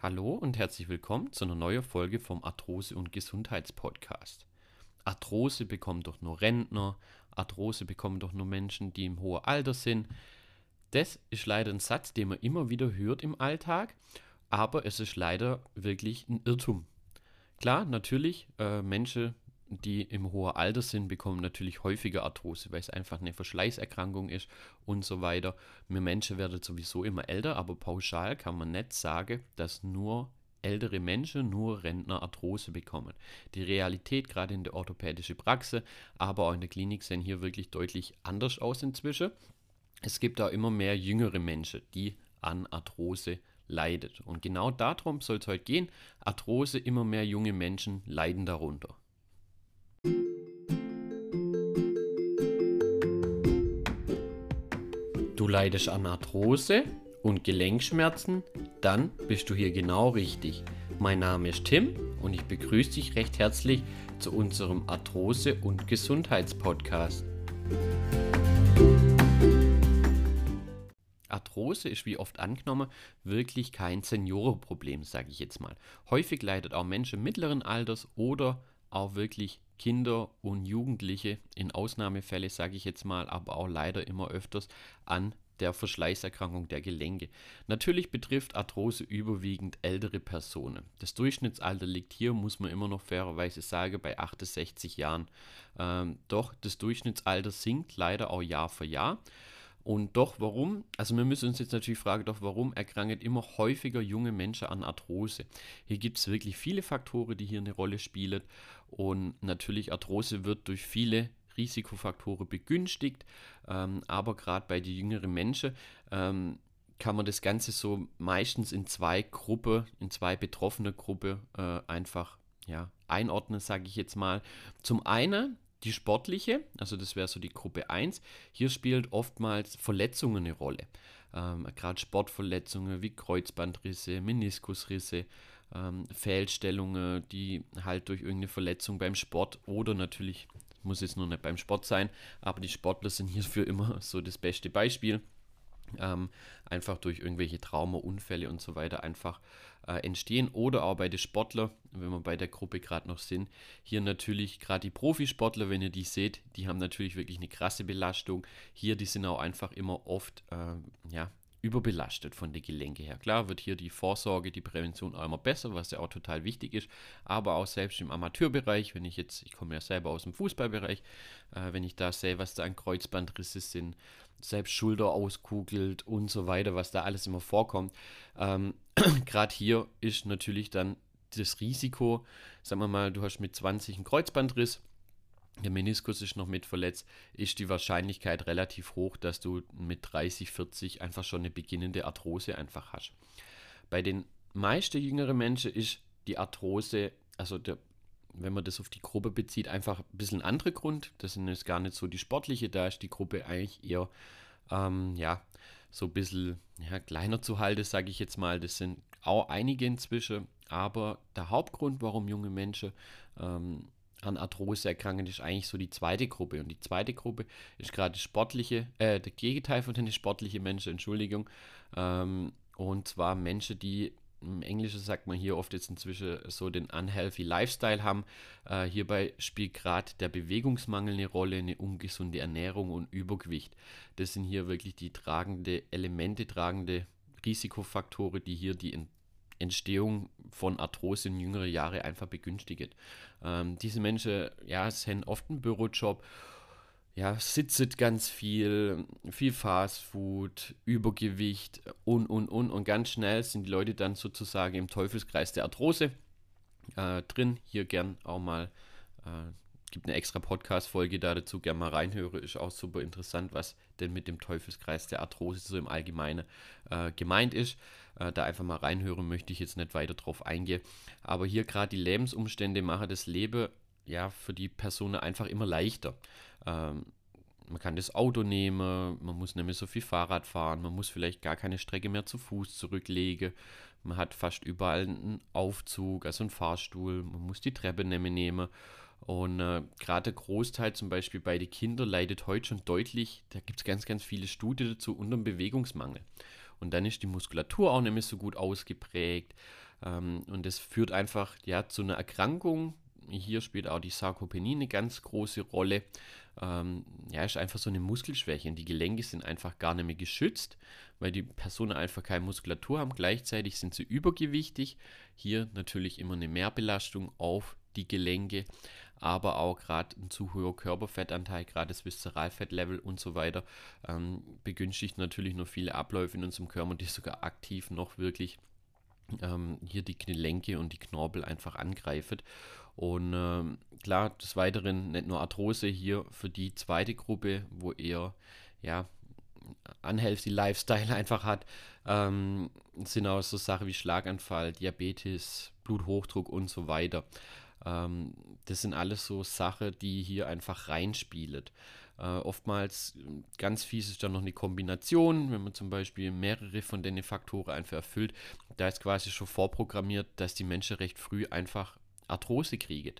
Hallo und herzlich willkommen zu einer neuen Folge vom Arthrose- und Gesundheitspodcast. Arthrose bekommen doch nur Rentner, Arthrose bekommen doch nur Menschen, die im hohen Alter sind. Das ist leider ein Satz, den man immer wieder hört im Alltag, aber es ist leider wirklich ein Irrtum. Klar, natürlich, Menschen, die im hohen Alter sind, bekommen natürlich häufiger Arthrose, weil es einfach eine Verschleißerkrankung ist und so weiter. Wir Menschen werden sowieso immer älter, aber pauschal kann man nicht sagen, dass nur ältere Menschen, nur Rentner Arthrose bekommen. Die Realität, gerade in der orthopädischen Praxis, aber auch in der Klinik, sehen hier wirklich deutlich anders aus inzwischen. Es gibt auch immer mehr jüngere Menschen, die an Arthrose leiden. Und genau darum soll es heute gehen. Arthrose, immer mehr junge Menschen leiden darunter. Du leidest an Arthrose und Gelenkschmerzen? Dann bist du hier genau richtig. Mein Name ist Tim und ich begrüße dich recht herzlich zu unserem Arthrose- und Gesundheitspodcast. Arthrose ist wie oft angenommen wirklich kein Seniorenproblem, sage ich jetzt mal. Häufig leidet auch Menschen mittleren Alters oder auch wirklich Kinder und Jugendliche in Ausnahmefällen, sage ich jetzt mal, aber auch leider immer öfters an der Verschleißerkrankung der Gelenke. Natürlich betrifft Arthrose überwiegend ältere Personen. Das Durchschnittsalter liegt hier, muss man immer noch fairerweise sagen, bei 68 Jahren. Doch das Durchschnittsalter sinkt leider auch Jahr für Jahr. Und doch, warum? Also wir müssen uns jetzt natürlich fragen, doch warum erkranken immer häufiger junge Menschen an Arthrose? Hier gibt es wirklich viele Faktoren, die hier eine Rolle spielen. Und natürlich Arthrose wird durch viele Risikofaktoren begünstigt. Aber gerade bei den jüngeren Menschen kann man das Ganze so meistens in zwei Gruppen, in zwei betroffene Gruppen einfach einordnen, sage ich jetzt mal. Zum einen die sportliche, also das wäre so die Gruppe 1. Hier spielt oftmals Verletzungen eine Rolle. Gerade Sportverletzungen wie Kreuzbandrisse, Meniskusrisse, Fehlstellungen, die halt durch irgendeine Verletzung beim Sport oder natürlich, muss jetzt nur nicht beim Sport sein, aber die Sportler sind hierfür immer so das beste Beispiel. Einfach durch irgendwelche Trauma, Unfälle und so weiter einfach entstehen. Oder auch bei den Sportlern, wenn wir bei der Gruppe gerade noch sind, hier natürlich gerade die Profisportler, wenn ihr die seht, die haben natürlich wirklich eine krasse Belastung. Hier, die sind auch einfach immer oft überbelastet von den Gelenken her. Klar wird hier die Vorsorge, die Prävention auch immer besser, was ja auch total wichtig ist, aber auch selbst im Amateurbereich, ich komme ja selber aus dem Fußballbereich, wenn ich da sehe, was da an Kreuzbandrisse sind, selbst Schulter auskugelt und so weiter, was da alles immer vorkommt. Gerade hier ist natürlich dann das Risiko, sagen wir mal, du hast mit 20 einen Kreuzbandriss, der Meniskus ist noch mit verletzt, ist die Wahrscheinlichkeit relativ hoch, dass du mit 30, 40 einfach schon eine beginnende Arthrose einfach hast. Bei den meisten jüngeren Menschen ist die Arthrose, wenn man das auf die Gruppe bezieht, einfach ein bisschen ein anderer Grund. Das sind jetzt gar nicht so die sportliche, da ist die Gruppe eigentlich eher so ein bisschen kleiner zu halten, sage ich jetzt mal. Das sind auch einige inzwischen, aber der Hauptgrund, warum junge Menschen an Arthrose erkranken, ist eigentlich so die zweite Gruppe. Und die zweite Gruppe ist gerade der Gegenteil von den sportlichen Menschen, Entschuldigung. Und zwar Menschen, die im Englischen sagt man hier oft jetzt inzwischen so den unhealthy Lifestyle haben. Hierbei spielt gerade der Bewegungsmangel eine Rolle, eine ungesunde Ernährung und Übergewicht. Das sind hier wirklich die tragende Elemente, tragende Risikofaktoren, die hier die Entstehung von Arthrose in jüngere Jahre einfach begünstigen. Diese Menschen, ja, haben oft einen Bürojob, ja, sitzen ganz viel Fastfood, Übergewicht und ganz schnell sind die Leute dann sozusagen im Teufelskreis der Arthrose drin. Hier gern auch mal, gibt eine extra Podcast-Folge da dazu, gern mal reinhöre, ist auch super interessant, was denn mit dem Teufelskreis der Arthrose so im Allgemeinen gemeint ist. Da einfach mal reinhören, möchte ich jetzt nicht weiter drauf eingehen. Aber hier gerade die Lebensumstände machen das Leben ja für die Person einfach immer leichter. Man kann das Auto nehmen, man muss nicht mehr so viel Fahrrad fahren, man muss vielleicht gar keine Strecke mehr zu Fuß zurücklegen. Man hat fast überall einen Aufzug, also einen Fahrstuhl, man muss die Treppe nicht mehr nehmen. Und gerade der Großteil zum Beispiel bei den Kindern leidet heute schon deutlich, da gibt es ganz viele Studien dazu, unter dem Bewegungsmangel. Und dann ist die Muskulatur auch nicht mehr so gut ausgeprägt. Und das führt einfach ja, zu einer Erkrankung. Hier spielt auch die Sarkopenie eine ganz große Rolle. Ja, ist einfach so eine Muskelschwäche und die Gelenke sind einfach gar nicht mehr geschützt, weil die Personen einfach keine Muskulatur haben. Gleichzeitig sind sie übergewichtig. Hier natürlich immer eine Mehrbelastung auf die Gelenke, aber auch gerade ein zu hoher Körperfettanteil, gerade das Viszeralfettlevel und so weiter, begünstigt natürlich noch viele Abläufe in unserem Körper, die sogar aktiv noch wirklich hier die Gelenke und die Knorpel einfach angreifen. Und klar, des Weiteren nicht nur Arthrose hier für die zweite Gruppe, wo eher ja, unhealthy Lifestyle einfach hat, sind auch so Sachen wie Schlaganfall, Diabetes, Bluthochdruck und so weiter. Das sind alles so Sachen, die hier einfach reinspielen. Oftmals ganz fies ist dann noch eine Kombination, wenn man zum Beispiel mehrere von den Faktoren einfach erfüllt, da ist quasi schon vorprogrammiert, dass die Menschen recht früh einfach Arthrose kriegen.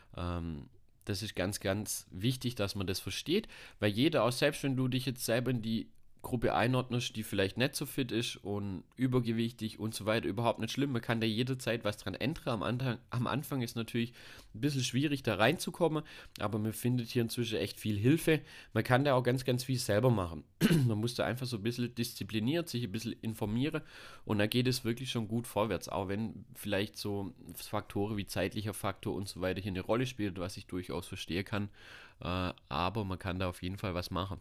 Das ist ganz, ganz wichtig, dass man das versteht, weil jeder, auch selbst wenn du dich jetzt selber in die Gruppe einordnest, die vielleicht nicht so fit ist und übergewichtig und so weiter, überhaupt nicht schlimm. Man kann da jederzeit was dran ändern. Am Anfang ist natürlich ein bisschen schwierig, da reinzukommen, aber man findet hier inzwischen echt viel Hilfe. Man kann da auch ganz, ganz viel selber machen. Man muss da einfach so ein bisschen diszipliniert, sich ein bisschen informieren und da geht es wirklich schon gut vorwärts, auch wenn vielleicht so Faktoren wie zeitlicher Faktor und so weiter hier eine Rolle spielt, was ich durchaus verstehen kann, aber man kann da auf jeden Fall was machen.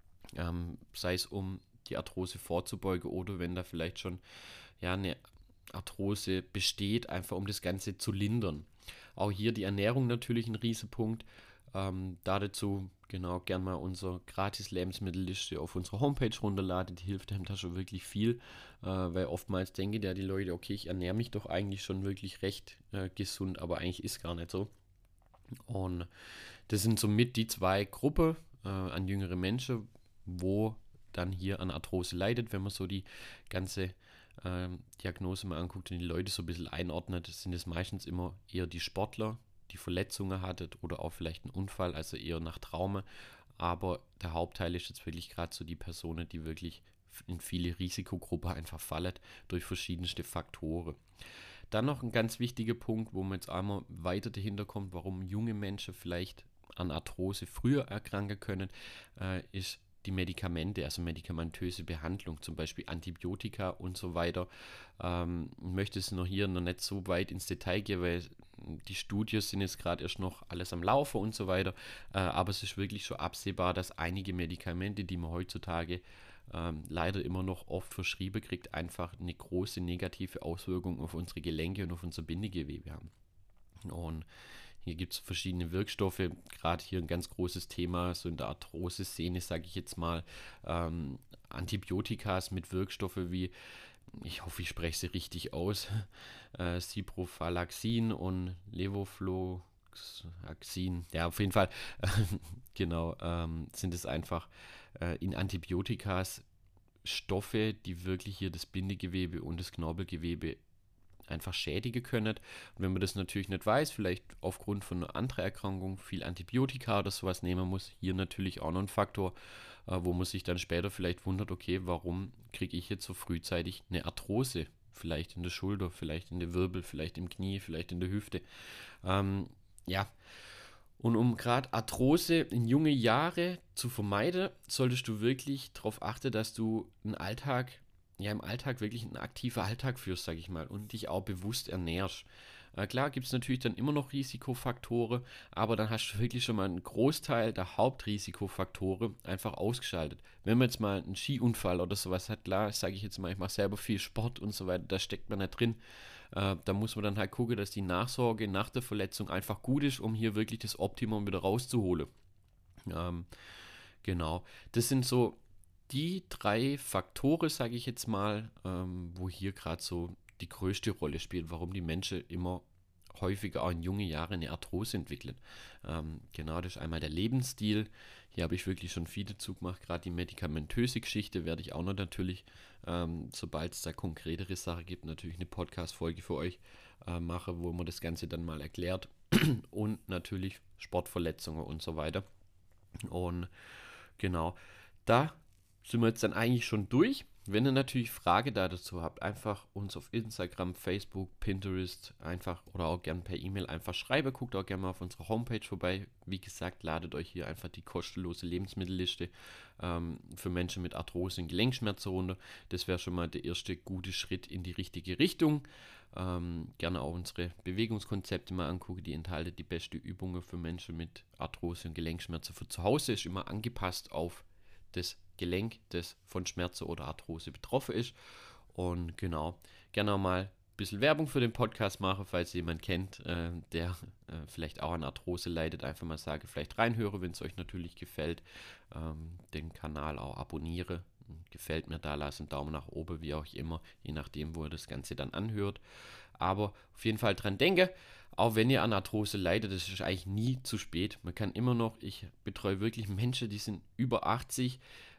Sei es um die Arthrose vorzubeugen oder wenn da vielleicht schon ja, eine Arthrose besteht, einfach um das Ganze zu lindern. Auch hier die Ernährung natürlich ein Riesenpunkt. Dazu genau gern mal unsere gratis Lebensmittelliste auf unserer Homepage runterladen. Die hilft einem da schon wirklich viel, weil oftmals denken ja die Leute, okay, ich ernähre mich doch eigentlich schon wirklich recht gesund, aber eigentlich ist gar nicht so. Und das sind somit die zwei Gruppen an jüngere Menschen, wo dann hier an Arthrose leidet, wenn man so die ganze Diagnose mal anguckt und die Leute so ein bisschen einordnet, sind es meistens immer eher die Sportler, die Verletzungen hatten oder auch vielleicht einen Unfall, also eher nach Trauma. Aber der Hauptteil ist jetzt wirklich gerade so die Personen, die wirklich in viele Risikogruppen einfach fallen durch verschiedenste Faktoren. Dann noch ein ganz wichtiger Punkt, wo man jetzt einmal weiter dahinter kommt, warum junge Menschen vielleicht an Arthrose früher erkranken können, ist die Medikamente, also medikamentöse Behandlung, zum Beispiel Antibiotika und so weiter. Möchte es noch hier noch nicht so weit ins Detail gehen, weil die Studien sind jetzt gerade erst noch alles am Laufen und so weiter. Aber es ist wirklich schon absehbar, dass einige Medikamente, die man heutzutage leider immer noch oft verschrieben kriegt, einfach eine große negative Auswirkung auf unsere Gelenke und auf unser Bindegewebe haben. Und hier gibt es verschiedene Wirkstoffe, gerade hier ein ganz großes Thema, so in der Arthrose-Szene, sage ich jetzt mal, Antibiotikas mit Wirkstoffen wie, ich hoffe, ich spreche sie richtig aus, Ciprofloxacin und Levofloxacin, ja, auf jeden Fall, genau, sind es einfach in Antibiotikas Stoffe, die wirklich hier das Bindegewebe und das Knorpelgewebe einfach schädigen können. Und wenn man das natürlich nicht weiß, vielleicht aufgrund von einer anderen Erkrankung viel Antibiotika oder sowas nehmen muss, hier natürlich auch noch ein Faktor, wo man sich dann später vielleicht wundert, okay, warum kriege ich jetzt so frühzeitig eine Arthrose? Vielleicht in der Schulter, vielleicht in der Wirbel, vielleicht im Knie, vielleicht in der Hüfte. Ja, und um gerade Arthrose in junge Jahre zu vermeiden, solltest du wirklich darauf achten, dass du einen Alltag, ja im Alltag wirklich einen aktiven Alltag führst, sage ich mal, und dich auch bewusst ernährst. Klar gibt es natürlich dann immer noch Risikofaktoren, aber dann hast du wirklich schon mal einen Großteil der Hauptrisikofaktoren einfach ausgeschaltet. Wenn man jetzt mal einen Skiunfall oder sowas hat, klar, sage ich jetzt mal, ich mache selber viel Sport und so weiter, da steckt man nicht drin. Da muss man dann halt gucken, dass die Nachsorge nach der Verletzung einfach gut ist, um hier wirklich das Optimum wieder rauszuholen. Genau, das sind so die drei Faktoren, sage ich jetzt mal, wo hier gerade so die größte Rolle spielt, warum die Menschen immer häufiger auch in junge Jahre eine Arthrose entwickeln. Genau, das ist einmal der Lebensstil. Hier habe ich wirklich schon viel dazu gemacht, gerade die medikamentöse Geschichte werde ich auch noch natürlich, sobald es da konkretere Sachen gibt, natürlich eine Podcast-Folge für euch mache, wo man das Ganze dann mal erklärt und natürlich Sportverletzungen und so weiter. Und genau, da sind wir jetzt dann eigentlich schon durch. Wenn ihr natürlich Frage dazu habt, einfach uns auf Instagram, Facebook, Pinterest einfach oder auch gern per E-Mail einfach schreiben. Guckt auch gerne mal auf unserer Homepage vorbei. Wie gesagt, ladet euch hier einfach die kostenlose Lebensmittelliste für Menschen mit Arthrose und Gelenkschmerzen runter. Das wäre schon mal der erste gute Schritt in die richtige Richtung. Gerne auch unsere Bewegungskonzepte mal angucken. Die enthalten die besten Übungen für Menschen mit Arthrose und Gelenkschmerzen für zu Hause. Ist immer angepasst auf das Gelenk, das von Schmerzen oder Arthrose betroffen ist. Und genau, gerne auch mal ein bisschen Werbung für den Podcast machen, falls ihr jemanden kennt, der vielleicht auch an Arthrose leidet. Einfach mal sage, vielleicht reinhöre, wenn es euch natürlich gefällt. Den Kanal auch abonniere. Gefällt mir da, lasst einen Daumen nach oben, wie auch immer, je nachdem, wo ihr das Ganze dann anhört. Aber auf jeden Fall dran denke, auch wenn ihr an Arthrose leidet, das ist eigentlich nie zu spät. Man kann immer noch, ich betreue wirklich Menschen, die sind über 80.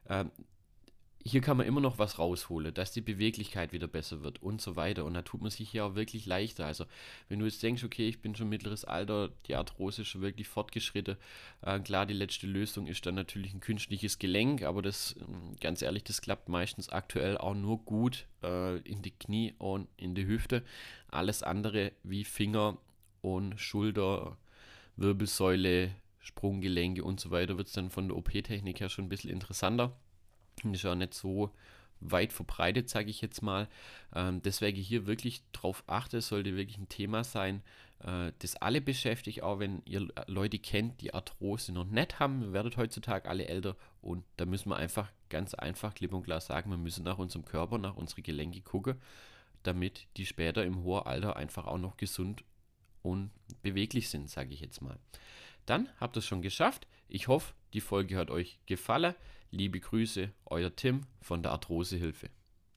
Hier kann man immer noch was rausholen, dass die Beweglichkeit wieder besser wird und so weiter. Und da tut man sich hier auch wirklich leichter. Also wenn du jetzt denkst, okay, ich bin schon mittleres Alter, die Arthrose ist schon wirklich fortgeschritten. Klar, die letzte Lösung ist dann natürlich ein künstliches Gelenk, aber das, ganz ehrlich, das klappt meistens aktuell auch nur gut in die Knie und in die Hüfte. Alles andere wie Finger und Schulter, Wirbelsäule, Sprunggelenke und so weiter wird es dann von der OP-Technik her schon ein bisschen interessanter. Ist ja nicht so weit verbreitet, sage ich jetzt mal. Deswegen hier wirklich drauf achte, sollte wirklich ein Thema sein, das alle beschäftigt, auch wenn ihr Leute kennt, die Arthrose noch nicht haben. Wir werden heutzutage alle älter und da müssen wir einfach ganz einfach klipp und klar sagen, wir müssen nach unserem Körper, nach unseren Gelenke gucken, damit die später im hohen Alter einfach auch noch gesund und beweglich sind, sage ich jetzt mal. Dann habt ihr es schon geschafft. Ich hoffe, die Folge hat euch gefallen. Liebe Grüße, euer Tim von der Arthrosehilfe.